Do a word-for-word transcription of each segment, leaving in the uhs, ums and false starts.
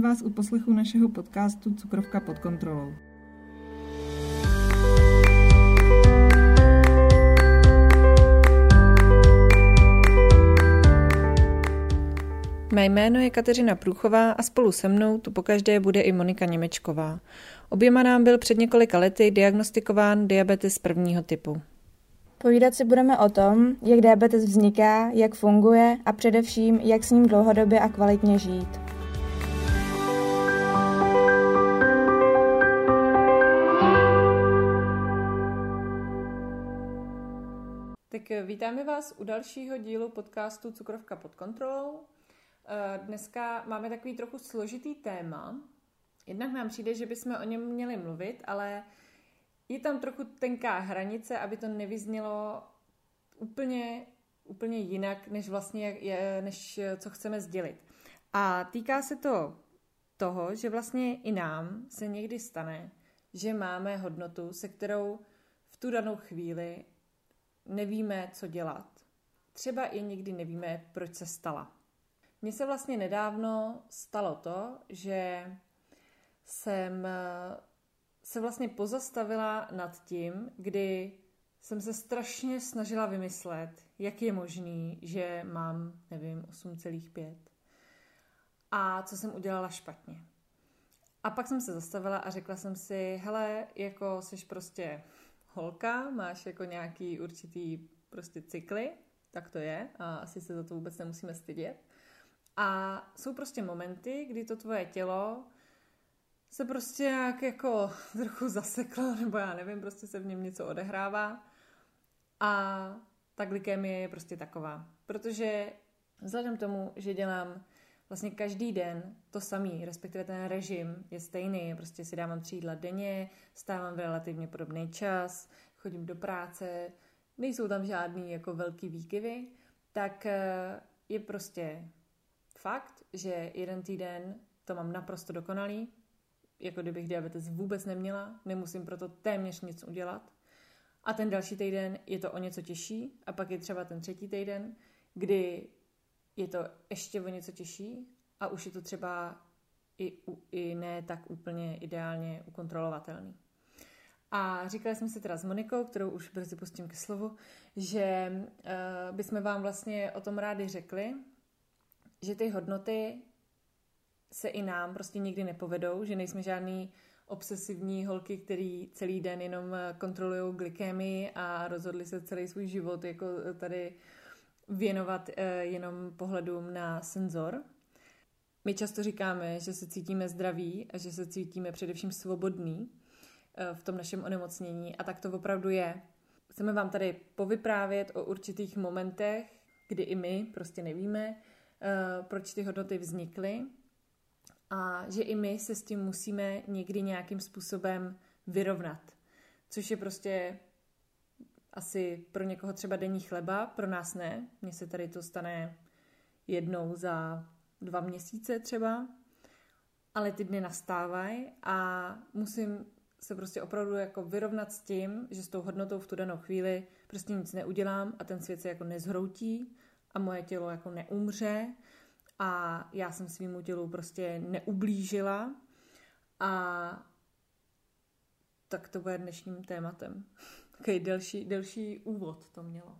vás u poslechu našeho podcastu Cukrovka pod kontrolou. Mé jméno je Kateřina Průchová a spolu se mnou tu pokaždé bude i Monika Němečková. Oběma nám byl před několika lety diagnostikován diabetes prvního typu. Povídat si budeme o tom, jak diabetes vzniká, jak funguje a především, jak s ním dlouhodobě a kvalitně žít. Tak vítáme vás u dalšího dílu podcastu Cukrovka pod kontrolou. Dneska máme takový trochu složitý téma. Jednak nám přijde, že bychom o něm měli mluvit, ale je tam trochu tenká hranice, aby to nevyznělo úplně, úplně jinak, než vlastně je, než co chceme sdělit. A týká se to toho, že vlastně i nám se někdy stane, že máme hodnotu, se kterou v tu danou chvíli nevíme, co dělat. Třeba i někdy nevíme, proč se stala. Mně se vlastně nedávno stalo to, že jsem se vlastně pozastavila nad tím, kdy jsem se strašně snažila vymyslet, jak je možný, že mám, nevím, osm celá pět. A co jsem udělala špatně. A pak jsem se zastavila a řekla jsem si, hele, jako jsi prostě holka, máš jako nějaký určitý prostě cykly, tak to je a asi se za to vůbec nemusíme stydět. A jsou prostě momenty, kdy to tvoje tělo se prostě nějak jako trochu zaseklo, nebo já nevím, prostě se v něm něco odehrává a ta glykemie je prostě taková. Protože vzhledem k tomu, že dělám vlastně každý den to samý, respektive ten režim je stejný, prostě si dávám tři jídla denně, stávám v relativně podobný čas, chodím do práce, nejsou tam žádný jako velký výkyvy, tak je prostě fakt, že jeden týden to mám naprosto dokonalý, jako kdybych diabetes vůbec neměla, nemusím proto téměř nic udělat. A ten další týden je to o něco těžší a pak je třeba ten třetí týden, kdy je to ještě o něco těžší a už je to třeba i, i ne tak úplně ideálně ukontrolovatelný. A říkali jsme si teda s Monikou, kterou už brzy pustím ke slovu, že uh, bychom vám vlastně o tom rádi řekli, že ty hodnoty se i nám prostě nikdy nepovedou, že nejsme žádný obsesivní holky, který celý den jenom kontrolují glykémii a rozhodli se celý svůj život jako tady věnovat jenom pohledům na senzor. My často říkáme, že se cítíme zdraví a že se cítíme především svobodný v tom našem onemocnění a tak to opravdu je. Chceme vám tady povyprávět o určitých momentech, kdy i my prostě nevíme, proč ty hodnoty vznikly, a že i my se s tím musíme někdy nějakým způsobem vyrovnat. Což je prostě asi pro někoho třeba denní chleba, pro nás ne. Mně se tady to stane jednou za dva měsíce třeba. Ale ty dny nastávají a musím se prostě opravdu jako vyrovnat s tím, že s tou hodnotou v tu danou chvíli prostě nic neudělám a ten svět se jako nezhroutí a moje tělo jako neumře. A já jsem svýmu tělu prostě neublížila a tak to bude dnešním tématem. Takový delší, delší úvod to mělo.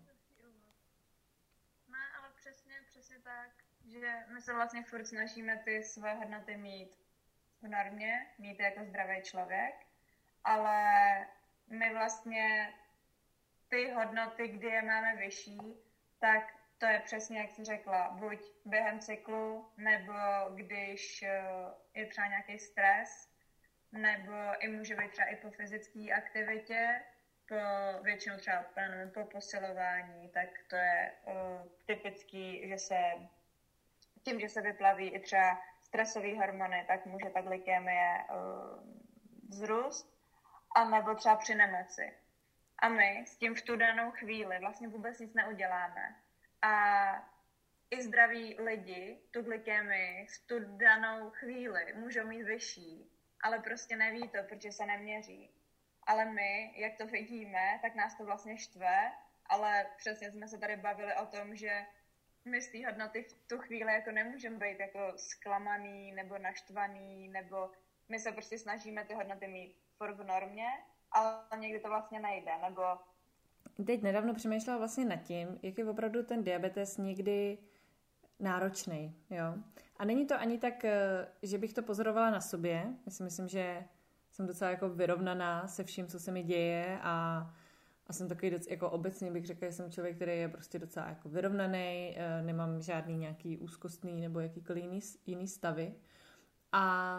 No, ale přesně, přesně tak, že my se vlastně furt snažíme ty své hodnoty mít v normě, mít jako zdravý člověk, ale my vlastně ty hodnoty, kdy je máme vyšší, tak to je přesně, jak jsi řekla, buď během cyklu, nebo když je třeba nějaký stres, nebo i může být třeba i po fyzické aktivitě, po většinou třeba nevím, po posilování, tak to je uh, typický, že se tím, že se vyplaví i třeba stresové hormony, tak může ta glykemie uh, vzrůst, a nebo třeba při nemoci. A my s tím v tu danou chvíli vlastně vůbec nic neuděláme. A i zdraví lidi tu glykemii v tu danou chvíli můžou mít vyšší, ale prostě neví to, protože se neměří. Ale my, jak to vidíme, tak nás to vlastně štve, ale přesně jsme se tady bavili o tom, že my z té hodnoty v tu chvíli jako nemůžeme být jako zklamaný nebo naštvaný, nebo my se prostě snažíme ty hodnoty mít furt v normě, ale někdy to vlastně nejde, nebo... Teď nedávno přemýšlela vlastně nad tím, jak je opravdu ten diabetes někdy náročný, jo. A není to ani tak, že bych to pozorovala na sobě. Já si myslím, že jsem docela jako vyrovnaná se vším, co se mi děje a, a jsem takový doc, jako obecně bych řekla, že jsem člověk, který je prostě docela jako vyrovnaný, nemám žádný nějaký úzkostný nebo jakýkoliv jiný, jiný stavy. A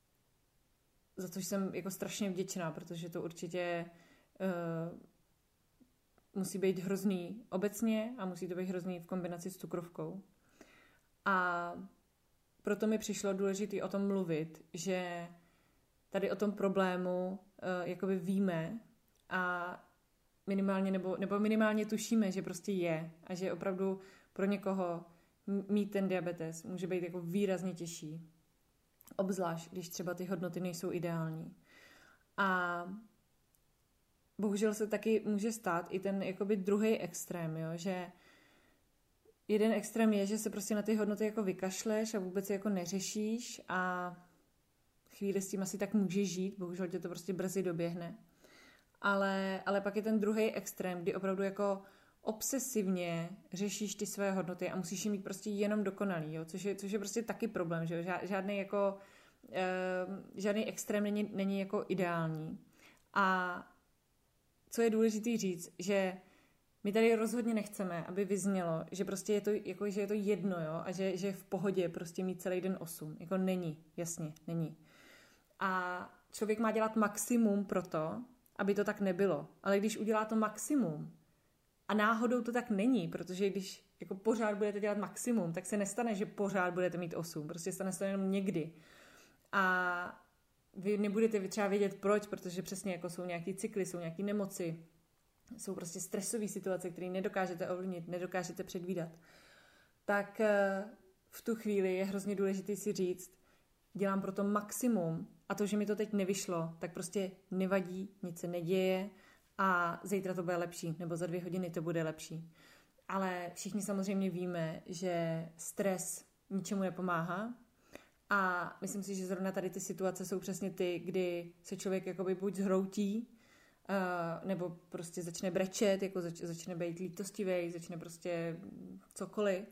za což jsem jako strašně vděčná, protože to určitě uh, musí být hrozný obecně a musí to být hrozný v kombinaci s cukrovkou. A proto mi přišlo důležité o tom mluvit, že tady o tom problému uh, jakoby víme a minimálně nebo, nebo minimálně tušíme, že prostě je a že opravdu pro někoho mít ten diabetes může být jako výrazně těžší. Obzvlášť, když třeba ty hodnoty nejsou ideální. A bohužel se taky může stát i ten jakoby druhý extrém, jo? Že jeden extrém je, že se prostě na ty hodnoty jako vykašleš a vůbec je jako neřešíš a chvíli s tím asi tak můžeš žít, bohužel tě to prostě brzy doběhne. Ale, ale pak je ten druhý extrém, kdy opravdu jako obsesivně řešíš ty své hodnoty a musíš je mít prostě jenom dokonalý, jo? Což je, což je prostě taky problém, že jo? Žádný jako uh, žádný extrém není, není jako ideální. A co je důležitý říct, že my tady rozhodně nechceme, aby vyznělo, že prostě je to, jako, že je to jedno, jo? A že, že je v pohodě prostě mít celý den osm. Jako není, jasně, není. A člověk má dělat maximum pro to, aby to tak nebylo. Ale když udělá to maximum, a náhodou to tak není, protože když jako pořád budete dělat maximum, tak se nestane, že pořád budete mít osm. Prostě stane se to jenom někdy. A vy nebudete třeba vědět proč, protože přesně jako jsou nějaký cykly, jsou nějaké nemoci, jsou prostě stresové situace, které nedokážete ovlivnit, nedokážete předvídat. Tak v tu chvíli je hrozně důležité si říct, dělám pro to maximum a to, že mi to teď nevyšlo, tak prostě nevadí, nic se neděje, a zítra to bude lepší, nebo za dvě hodiny to bude lepší. Ale všichni samozřejmě víme, že stres ničemu nepomáhá a myslím si, že zrovna tady ty situace jsou přesně ty, kdy se člověk jakoby buď zhroutí, uh, nebo prostě začne brečet, jako zač- začne být lítostivý, začne prostě cokoliv,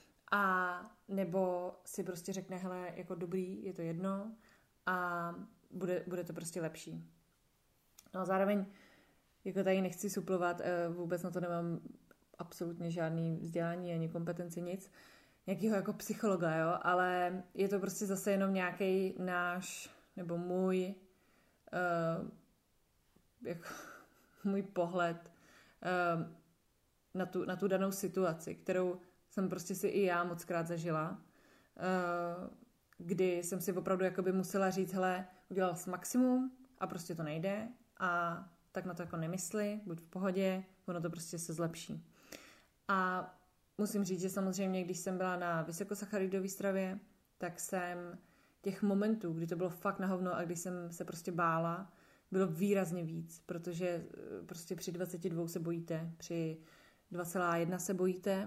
a nebo si prostě řekne, hele, jako dobrý, je to jedno a bude, bude to prostě lepší. No a zároveň jako tady nechci suplovat, vůbec na to nemám absolutně žádný vzdělání ani kompetenci, nic, nějakého jako psychologa, jo, ale je to prostě zase jenom nějaký náš, nebo můj, uh, jako můj pohled uh, na, tu, na tu danou situaci, kterou jsem prostě si i já mockrát zažila, uh, kdy jsem si opravdu jakoby musela říct, hele, udělal jsi maximum a prostě to nejde a tak na to jako nemysli, buď v pohodě, ono to prostě se zlepší. A musím říct, že samozřejmě, když jsem byla na vysokosacharidové stravě, tak jsem těch momentů, kdy to bylo fakt na hovno a když jsem se prostě bála, bylo výrazně víc, protože prostě při dvacet dva se bojíte, při dva celá jedna se bojíte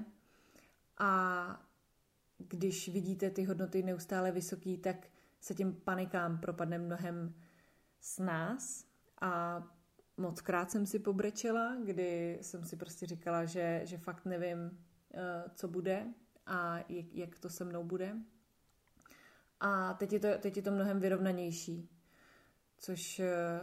a když vidíte ty hodnoty neustále vysoký, tak se tím panikám propadne mnohem s nás a moc krát jsem si pobrečela, kdy jsem si prostě říkala, že, že fakt nevím, co bude a jak, jak to se mnou bude. A teď je, to, teď je to mnohem vyrovnanější, což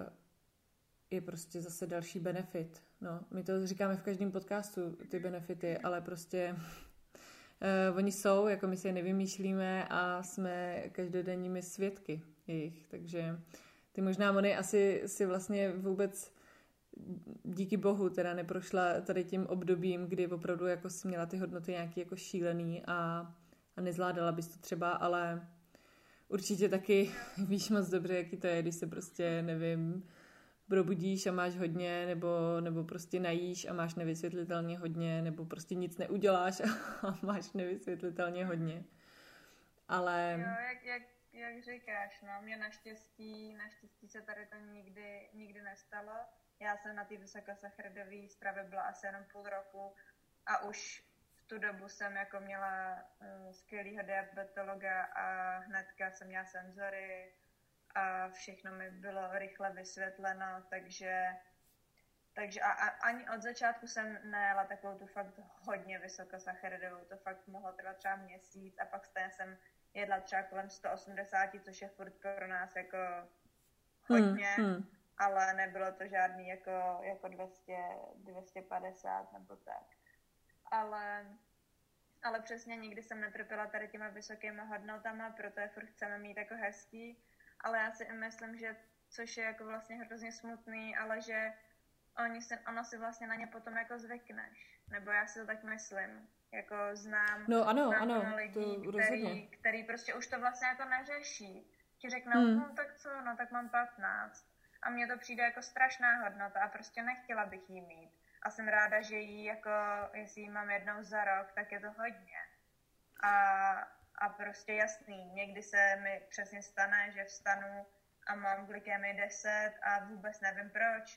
je prostě zase další benefit. No, my to říkáme v každém podcastu, ty benefity, ale prostě uh, oni jsou, jako my si je nevymýšlíme a jsme každodenními svědky jejich, takže ty možná Moni asi si vlastně vůbec díky bohu teda neprošla tady tím obdobím, kdy opravdu jako si měla ty hodnoty nějaký jako šílený a, a nezvládala bys to třeba, ale určitě taky víš moc dobře, jaký to je, když se prostě, nevím, probudíš a máš hodně, nebo, nebo prostě najíš a máš nevysvětlitelně hodně, nebo prostě nic neuděláš a máš nevysvětlitelně hodně. Ale... Jo, jak, jak, jak říkáš, no, mě naštěstí, naštěstí se tady to nikdy, nikdy nestalo. Já jsem na té vysokosacharidové stravě byla asi jenom půl roku a už v tu dobu jsem jako měla uh, skvělýho diabetologa a hnedka jsem měla senzory a všechno mi bylo rychle vysvětleno, takže, takže a, a, ani od začátku jsem nejela takovou tu fakt hodně vysokosacharidovou, to fakt mohlo trvat třeba měsíc a pak stejně jsem jedla třeba kolem sto osmdesát, což je furt pro nás jako hodně, hmm, hmm. ale nebylo to žádný jako, jako dvě stě, dvě stě padesát nebo tak. Ale, ale přesně nikdy jsem netrpěla tady těma vysokýma hodnotama, proto je furt chceme mít jako hezký, ale já si myslím, že což je jako vlastně hrozně smutný, ale že oni si, ono si vlastně na ně potom jako zvykneš, nebo já si to tak myslím. Jako znám, no, ano, znám ano, lidí, který, který prostě už to vlastně jako neřeší. Ti řeknou, hmm. no tak co, no tak mám patnáct. A mně to přijde jako strašná hodnota a prostě nechtěla bych jí mít. A jsem ráda, že jí jako, jestli jí mám jednou za rok, tak je to hodně. A, a prostě jasný, někdy se mi přesně stane, že vstanu a mám glykemii deset a vůbec nevím proč.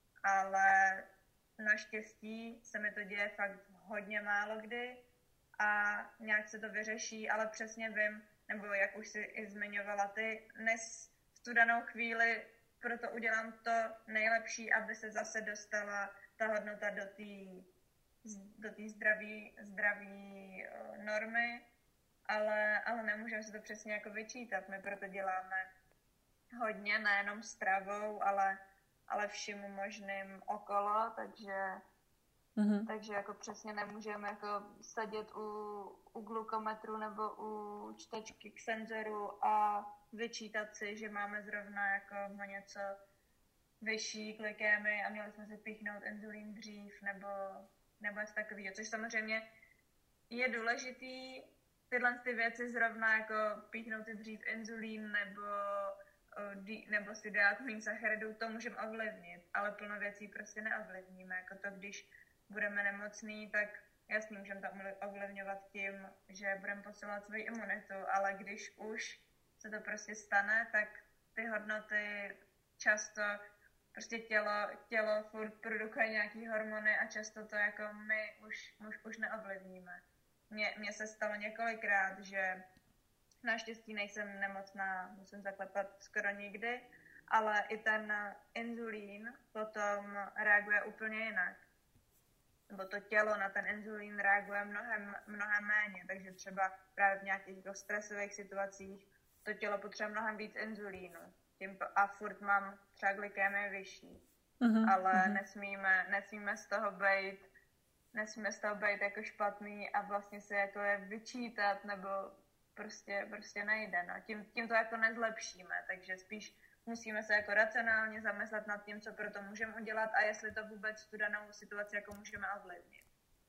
Ale naštěstí se mi to děje fakt hodně málo kdy a nějak se to vyřeší, ale přesně vím, nebo jak už si i zmiňovala ty, dnes v tu danou chvíli proto udělám to nejlepší, aby se zase dostala ta hodnota do té do té zdraví, zdraví normy, ale, ale nemůžeme si to přesně jako vyčítat. My proto děláme hodně, nejenom stravou, ale, ale vším možným okolo, takže, mm-hmm. takže jako přesně nemůžeme jako sedět u, u glukometru nebo u čtečky k senzoru a vyčítat si, že máme zrovna jako o něco vyšší glykémii a měli jsme si píchnout inzulín dřív nebo, nebo něco takového, což samozřejmě je důležitý tyhle ty věci zrovna jako píchnout si dřív inzulín nebo, nebo si dát méně sacharidů, to můžeme ovlivnit, ale plno věcí prostě neovlivníme, jako to, když budeme nemocný, tak jasně můžeme to ovlivňovat tím, že budeme posilovat svoji imunitu, ale když už se to prostě stane, tak ty hodnoty často prostě tělo, tělo furt produkuje nějaký hormony a často to jako my už, už, už neovlivníme. Mně, mně se stalo několikrát, že naštěstí nejsem nemocná, musím zaklepat skoro nikdy, ale i ten inzulín potom reaguje úplně jinak. Nebo to tělo na ten inzulín reaguje mnohem, mnohem méně, takže třeba právě v nějakých jako stresových situacích to tělo potřebuje mnohem víc inzulínu. Tím, a furt mám třeba glykémii vyšší, uh-huh, ale uh-huh. nesmíme, nesmíme z toho být, nesmíme z toho být jako špatný a vlastně se jako je vyčítat, nebo prostě, prostě nejde, no. Tím, tím to jako nezlepšíme, takže spíš musíme se jako racionálně zamyslet nad tím, co pro to můžeme udělat a jestli to vůbec tu danou situaci jako můžeme ovlivnit.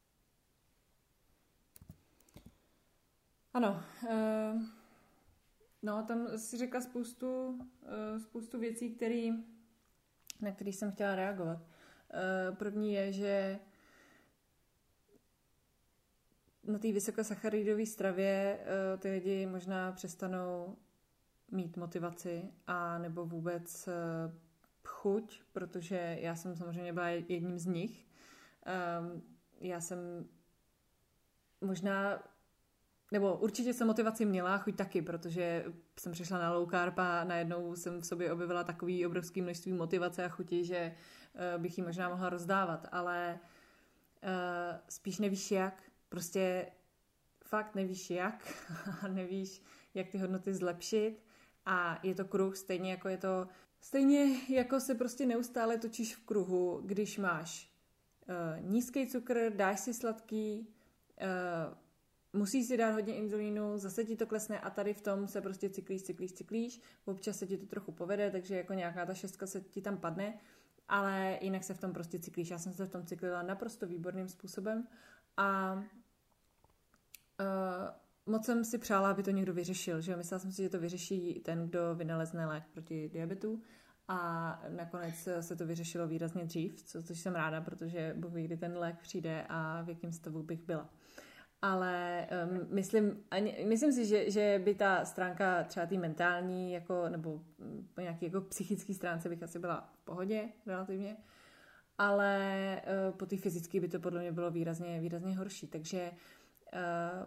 Ano, uh... No, tam si řekla spoustu, spoustu věcí, který, na které jsem chtěla reagovat. První je, že na té vysokosacharidové stravě ty lidi možná přestanou mít motivaci a nebo vůbec chuť, protože já jsem samozřejmě byla jedním z nich. Já jsem možná Nebo určitě jsem motivaci měla, chuť taky, protože jsem přišla na low carb a najednou jsem v sobě objevila takový obrovský množství motivace a chuti, že bych ji možná mohla rozdávat, ale uh, spíš nevíš jak, prostě fakt nevíš jak a nevíš, jak ty hodnoty zlepšit a je to kruh, stejně jako je to, stejně jako se prostě neustále točíš v kruhu, když máš uh, nízký cukr, dáš si sladký, uh, musíš si dát hodně inzulínu, zase ti to klesne a tady v tom se prostě cyklíš, cyklíš, cyklíš. Občas se ti to trochu povede, takže jako nějaká ta šestka se ti tam padne, ale jinak se v tom prostě cyklíš. Já jsem se v tom cyklila naprosto výborným způsobem a uh, moc jsem si přála, aby to někdo vyřešil. Že? Myslela jsem si, že to vyřeší ten, kdo vynalezne lék proti diabetu a nakonec se to vyřešilo výrazně dřív, co, což jsem ráda, protože Bůh ví, kdy ten lék přijde a v jakém stavu bych byla. Ale um, myslím, ani, myslím si, že, že by ta stránka třeba tý mentální, jako, nebo po nějaké jako psychické stránce bych asi byla v pohodě relativně. ale uh, po té fyzické by to podle mě bylo výrazně, výrazně horší. Takže uh,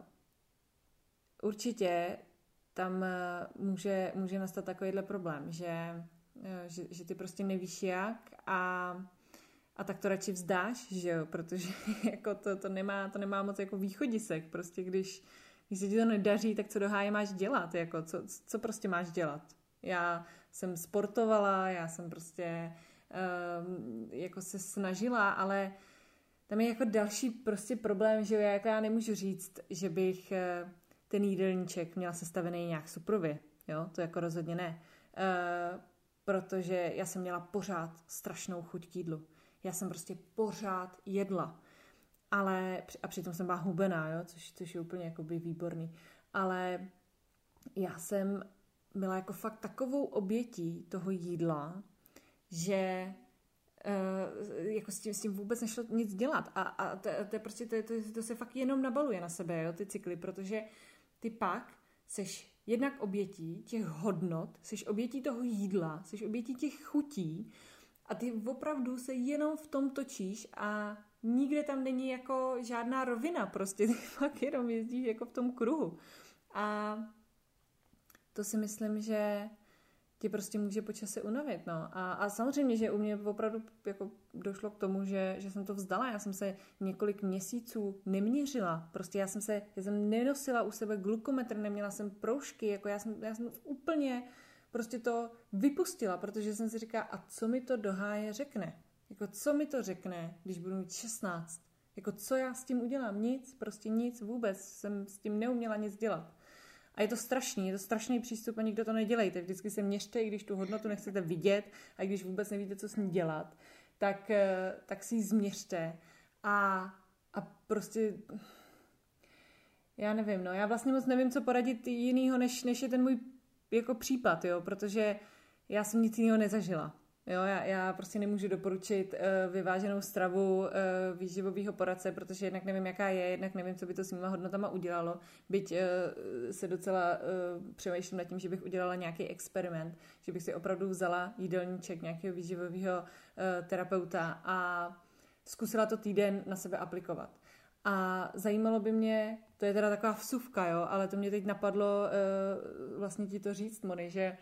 určitě tam uh, může, může nastat takovýhle problém, že, uh, že, že ty prostě nevíš jak a, a tak to radši vzdáš, že jo, protože jako to, to, nemá, to nemá moc jako východisek, prostě když, když se ti to nedaří, tak co do háje máš dělat, jako co, co prostě máš dělat. Já jsem sportovala, já jsem prostě um, jako se snažila, ale tam je jako další prostě problém, že jako já nemůžu říct, že bych uh, ten jídelníček měla sestavený nějak suprově, jo, to jako rozhodně ne, uh, protože já jsem měla pořád strašnou chuť k jídlu. Já jsem prostě pořád jedla, ale, a přitom jsem byla hubená, jo, což, což je úplně jakoby výborný, ale já jsem byla jako fakt takovou obětí toho jídla, že uh, jako s tím, s tím vůbec nešlo nic dělat. A, a to, to, prostě, to, to, to se fakt jenom nabaluje na sebe, jo, ty cykly, protože ty pak seš jednak obětí těch hodnot, seš obětí toho jídla, seš obětí těch chutí a ty opravdu se jenom v tom točíš a nikde tam není jako žádná rovina, prostě ty fakt jenom jezdíš jako v tom kruhu. A to si myslím, že ti prostě může po čase unavit, no. A, a samozřejmě, že u mě opravdu jako došlo k tomu, že, že jsem to vzdala. Já jsem se několik měsíců neměřila. Prostě já jsem se, já jsem nenosila u sebe glukometr, neměla jsem proužky, jako já jsem, já jsem úplně prostě to vypustila, protože jsem si říkala, a co mi to do háje řekne? Jako co mi to řekne, když budu mít šestnáct? Jako co já s tím udělám? Nic, prostě nic, vůbec jsem s tím neuměla nic dělat. A je to strašný, je to strašný přístup a nikdo to nedělejte. Vždycky se měřte, i když tu hodnotu nechcete vidět a i když vůbec nevíte, co s ní dělat, tak, tak si ji změřte a, a prostě já nevím, no, já vlastně moc nevím, co poradit jinýho, než, než je ten můj jako případ, jo, protože já jsem nic jiného nezažila. Jo, já, já prostě nemůžu doporučit uh, vyváženou stravu uh, výživového poradce, protože jednak nevím, jaká je, jednak nevím, co by to s mýma hodnotama udělalo, byť uh, se docela uh, přemýšlím nad tím, že bych udělala nějaký experiment, že bych si opravdu vzala jídelníček nějakého výživového uh, terapeuta a zkusila to týden na sebe aplikovat. A zajímalo by mě, to je teda taková vsuvka, jo, ale to mě teď napadlo uh, vlastně ti to říct, Moni, že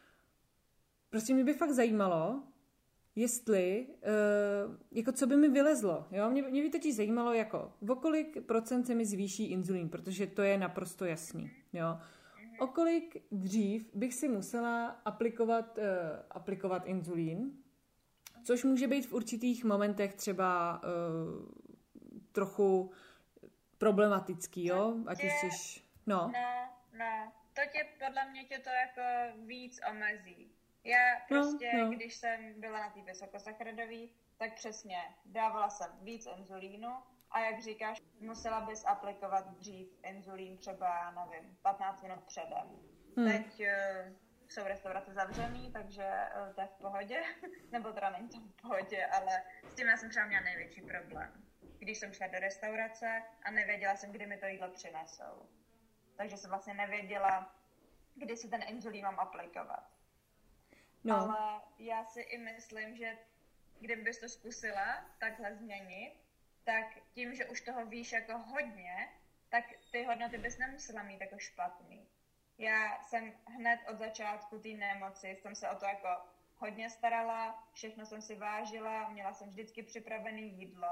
prostě mě by fakt zajímalo, jestli, uh, jako co by mi vylezlo. Jo? Mě, mě by totiž zajímalo, jako, o kolik procent se mi zvýší inzulín, protože to je naprosto jasný. Jo? O kolik dřív bych si musela aplikovat, uh, aplikovat inzulín, což může být v určitých momentech třeba uh, trochu problematický, jo? Ať už jsi... No. no, no, to tě, podle mě tě to jako víc omezí. Já prostě, no, no. když jsem byla na té vysokosacharidové, tak přesně dávala jsem víc inzulínu a jak říkáš, musela bys aplikovat dřív inzulín třeba, nevím, patnáct minut předem. Hmm. Teď uh, jsou restaurace zavřený, takže uh, to je v pohodě, nebo teda není to v pohodě, ale s tím já jsem třeba měla největší problém. Když jsem šla do restaurace a nevěděla jsem, kdy mi to jídlo přinesou. Takže jsem vlastně nevěděla, kdy si ten inzulín mám aplikovat. No. Ale já si i myslím, že kdybys to zkusila takhle změnit, tak tím, že už toho víš jako hodně, tak ty hodnoty bys nemusela mít jako špatný. Já jsem hned od začátku té nemoci, jsem se o to jako hodně starala, všechno jsem si vážila, měla jsem vždycky připravené jídlo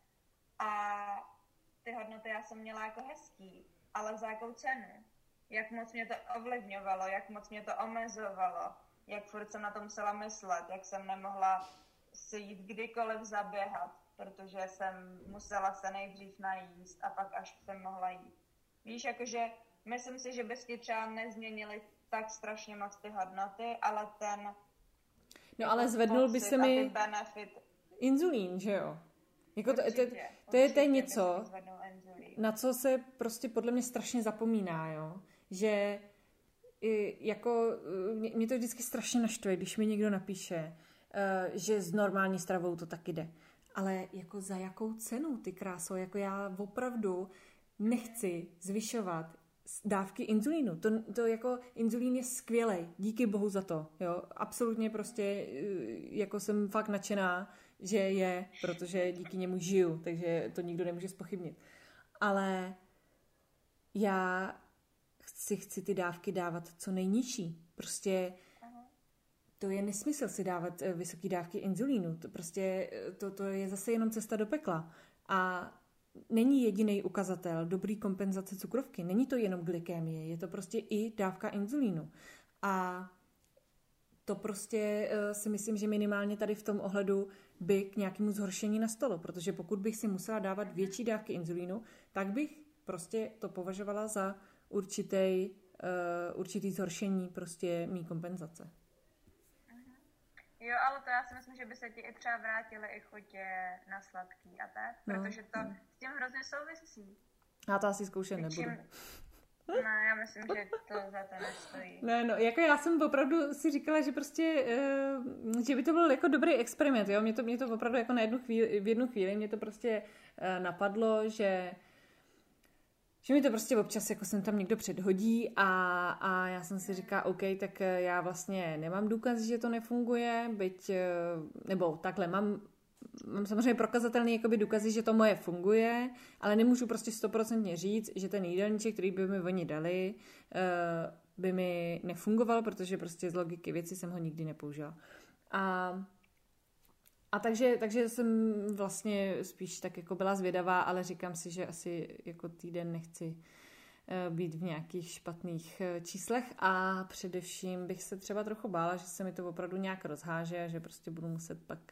a ty hodnoty já jsem měla jako hezký, ale za jakou cenu? Jak moc mě to ovlivňovalo, jak moc mě to omezovalo, jak furt jsem na to musela myslet, jak jsem nemohla si jít kdykoliv zaběhat, protože jsem musela se nejdřív najíst a pak až jsem mohla jít. Víš, jakože myslím si, že bys ti třeba nezměnili tak strašně moc ty hodnoty, ale ten... No ale zvednul by se mi benefit... inzulín, že jo? Jako to, určitě, to, to, to je to něco, na co se prostě podle mě strašně zapomíná, jo? Že jako, mě to vždycky strašně naštve, když mi někdo napíše, že s normální stravou to taky jde. Ale jako za jakou cenu, ty kráso? Jako já opravdu nechci zvyšovat dávky inzulínu. To, to jako inzulín je skvělej, díky bohu za to. Jo? Absolutně prostě jako jsem fakt nadšená, že je, protože díky němu žiju, takže to nikdo nemůže zpochybnit. Ale já chci, chci ty dávky dávat co nejnižší. Prostě to je nesmysl si dávat vysoké dávky inzulínu. To prostě to, to je zase jenom cesta do pekla. A není jediný ukazatel dobrý kompenzace cukrovky. Není to jenom glykémie, je to prostě i dávka inzulínu. A to prostě uh, si myslím, že minimálně tady v tom ohledu by k nějakému zhoršení nastalo, protože pokud bych si musela dávat větší dávky inzulínu, tak bych prostě to považovala za určitý, uh, určitý zhoršení prostě mý kompenzace. Jo, ale to já si myslím, že by se ti i třeba vrátily i chutě na sladký a tak, protože to no. s tím hrozně souvisí. Já to asi zkoušet nebudu. No, já myslím, že to za to nestojí. Ne, no, jako já jsem opravdu si říkala, že prostě, uh, že by to byl jako dobrý experiment, jo, mě to, mě to opravdu jako na jednu chvíli, v jednu chvíli mě to prostě uh, napadlo, že že mi to prostě občas jako jsem tam někdo předhodí a, a já jsem si říkala, OK, tak já vlastně nemám důkaz, že to nefunguje, byť, nebo takhle, mám, mám samozřejmě prokazatelný jakoby důkazy, že to moje funguje, ale nemůžu prostě stoprocentně říct, že ten jídelníček, který by mi oni dali, by mi nefungoval, protože prostě z logiky věci jsem ho nikdy nepoužila. A A takže, takže jsem vlastně spíš tak jako byla zvědavá, ale říkám si, že asi jako týden nechci být v nějakých špatných číslech a především bych se třeba trochu bála, že se mi to opravdu nějak rozháže a že prostě budu muset pak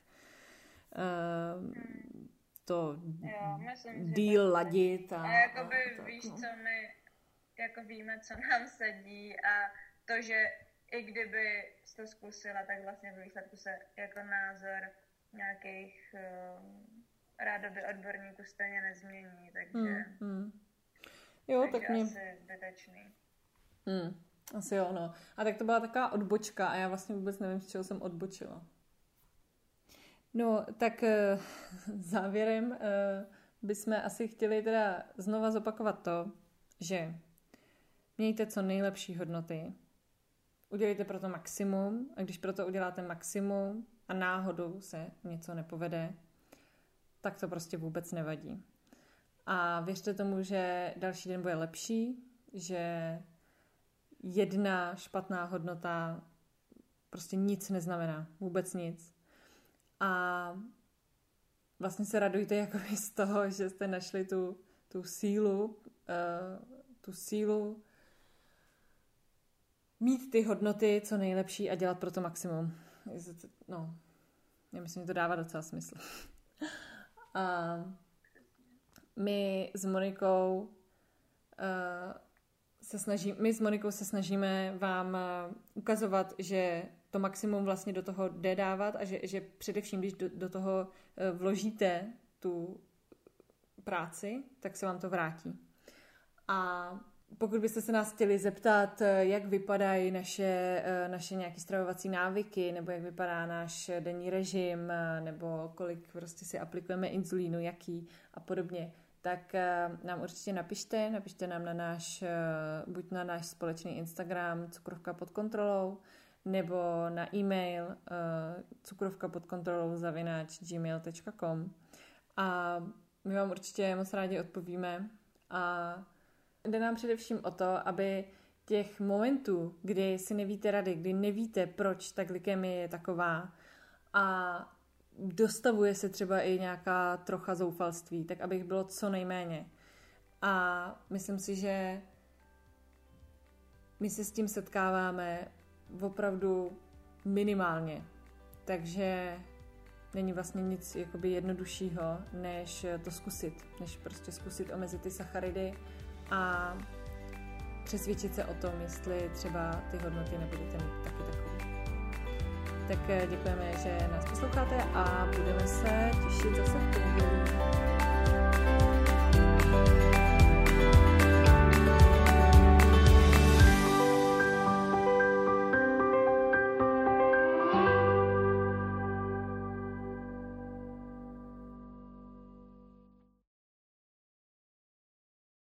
uh, to jo, myslím, díl ladit. A, a jakoby a tak, víš, no. co my jako víme, co nám sedí a to, že i kdyby jsi to zkusila, tak vlastně v výsledku se jako názor nějakých um, rádoby odborníků stejně nezmění, takže, hmm, hmm. Jo, takže tak mě... asi zbytečný. Hmm, asi jo, no. A tak to byla taková odbočka a já vlastně vůbec nevím, z čeho jsem odbočila. No, tak uh, závěrem uh, bychom asi chtěli teda znova zopakovat to, že mějte co nejlepší hodnoty, udělejte pro to maximum a když pro to uděláte maximum a náhodou se něco nepovede, tak to prostě vůbec nevadí. A věřte tomu, že další den bude lepší, že jedna špatná hodnota prostě nic neznamená, vůbec nic. A vlastně se radujte jakoby z toho, že jste našli tu, tu sílu, uh, tu sílu mít ty hodnoty co nejlepší a dělat pro to maximum. No, já myslím, že to dává docela smysl. A my s Monikou uh, se snaží, my s Monikou se snažíme vám uh, ukazovat, že to maximum vlastně do toho jde dávat a že, že především, když do, do toho uh, vložíte tu práci, tak se vám to vrátí. A pokud byste se nás chtěli zeptat, jak vypadají naše, naše nějaké stravovací návyky, nebo jak vypadá náš denní režim, nebo kolik prostě si aplikujeme inzulínu, jaký a podobně, tak nám určitě napište, napište nám na náš, buď na náš společný Instagram cukrovka pod kontrolou, nebo na e-mail cukrovka pod kontrolou zavináč gmail tečka com a my vám určitě moc rádi odpovíme a jde nám především o to, aby těch momentů, kdy si nevíte rady, kdy nevíte, proč ta glykemie je taková a dostavuje se třeba i nějaká trocha zoufalství, tak aby jich bylo co nejméně. A myslím si, že my se s tím setkáváme opravdu minimálně. Takže není vlastně nic jakoby jednoduššího, než to zkusit. Než prostě zkusit omezit ty sacharidy a přesvědčit se o tom, jestli třeba ty hodnoty nebudete mít taky takový. Tak děkujeme, že nás posloucháte a budeme se těšit zase v pondělí.